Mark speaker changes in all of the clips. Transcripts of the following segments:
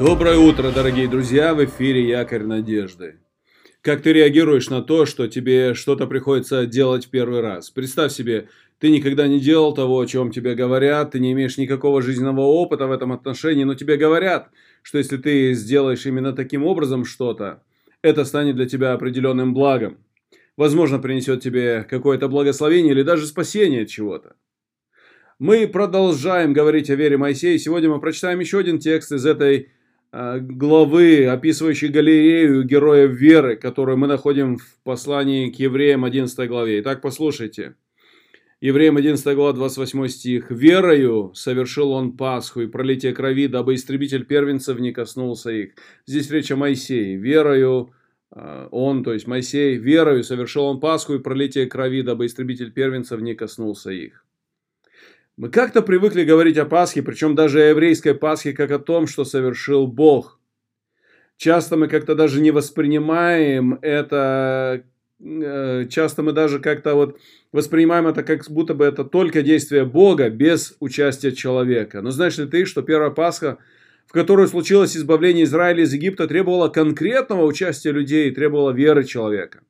Speaker 1: Доброе утро, дорогие друзья! В эфире Якорь Надежды. Как ты реагируешь на то, что тебе что-то приходится делать в первый раз? Представь себе, ты никогда не делал того, о чем тебе говорят, ты не имеешь никакого жизненного опыта в этом отношении, но тебе говорят, что если ты сделаешь именно таким образом что-то, это станет для тебя определенным благом. Возможно, принесет тебе какое-то благословение или даже спасение от чего-то. Мы продолжаем говорить о вере Моисея. Сегодня мы прочитаем еще один текст из этой главы, описывающей галерею героев веры, которую мы находим в послании к Евреям 11 главе. Итак, послушайте. Евреям 11 глава, 28 стих. «Верою совершил он Пасху и пролитие крови, дабы истребитель первенцев не коснулся их». Здесь речь о Моисее. Верою он, то есть Моисей, верою совершил он Пасху и пролитие крови, дабы истребитель первенцев не коснулся их. Мы как-то привыкли говорить о Пасхе, причем даже о еврейской Пасхе, как о том, что совершил Бог. Часто мы как-то даже не воспринимаем это, часто мы даже как-то воспринимаем это, как будто бы это только действие Бога без участия человека. Но знаешь ли ты, что первая Пасха, в которой случилось избавление Израиля из Египта, требовала конкретного участия людей, требовала веры человека.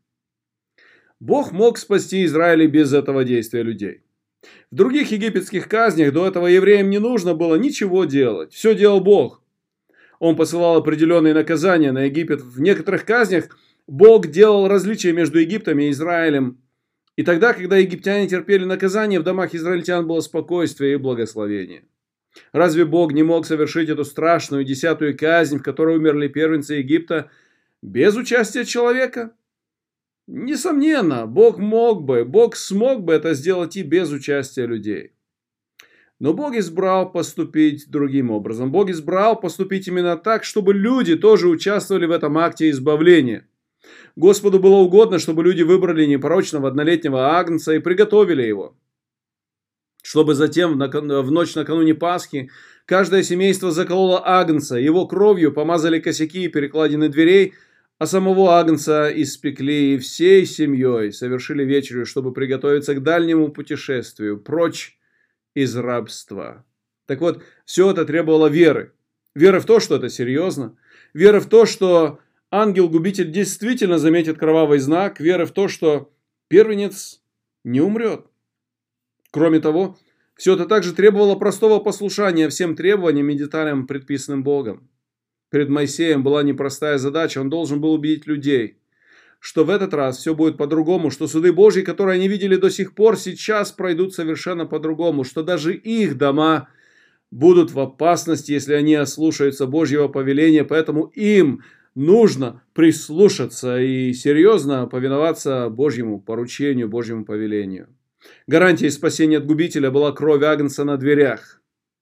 Speaker 1: Бог мог спасти Израиль без этого действия людей. В других египетских казнях до этого евреям не нужно было ничего делать. Все делал Бог. Он посылал определенные наказания на Египет. В некоторых казнях Бог делал различия между Египтом и Израилем. И тогда, когда египтяне терпели наказание, в домах израильтян было спокойствие и благословение. Разве Бог не мог совершить эту страшную 10-ю казнь, в которой умерли первенцы Египта, без участия человека? Несомненно, Бог смог бы это сделать и без участия людей. Но Бог избрал поступить другим образом. Бог избрал поступить именно так, чтобы люди тоже участвовали в этом акте избавления. Господу было угодно, чтобы люди выбрали непорочного однолетнего агнца и приготовили его. Чтобы затем в ночь накануне Пасхи каждое семейство закололо агнца, его кровью помазали косяки и перекладины дверей, а самого агнца испекли и всей семьей совершили вечерю, чтобы приготовиться к дальнему путешествию, прочь из рабства. Так вот, все это требовало веры. Веры в то, что это серьезно. Веры в то, что ангел-губитель действительно заметит кровавый знак. Веры в то, что первенец не умрет. Кроме того, все это также требовало простого послушания всем требованиям и деталям, предписанным Богом. Перед Моисеем была непростая задача, он должен был убедить людей, что в этот раз все будет по-другому, что суды Божьи, которые они видели до сих пор, сейчас пройдут совершенно по-другому, что даже их дома будут в опасности, если они ослушаются Божьего повеления, поэтому им нужно прислушаться и серьезно повиноваться Божьему поручению, Божьему повелению. Гарантией спасения от губителя была кровь агнца на дверях.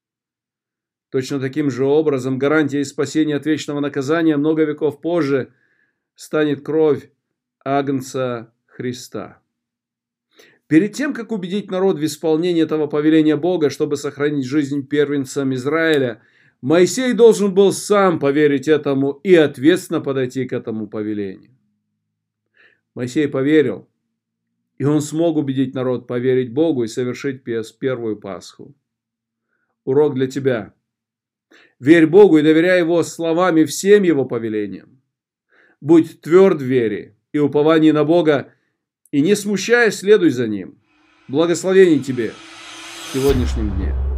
Speaker 1: Точно таким же образом гарантией спасения от вечного наказания много веков позже станет кровь агнца Христа. Перед тем, как убедить народ в исполнении этого повеления Бога, чтобы сохранить жизнь первенцам Израиля, Моисей должен был сам поверить этому и ответственно подойти к этому повелению. Моисей поверил, и он смог убедить народ поверить Богу и совершить первую Пасху. Урок для тебя. Верь Богу и доверяй Его словами всем Его повелениям. Будь тверд в вере и уповании на Бога, и не смущаясь, следуй за Ним. Благословений тебе в сегодняшнем дне.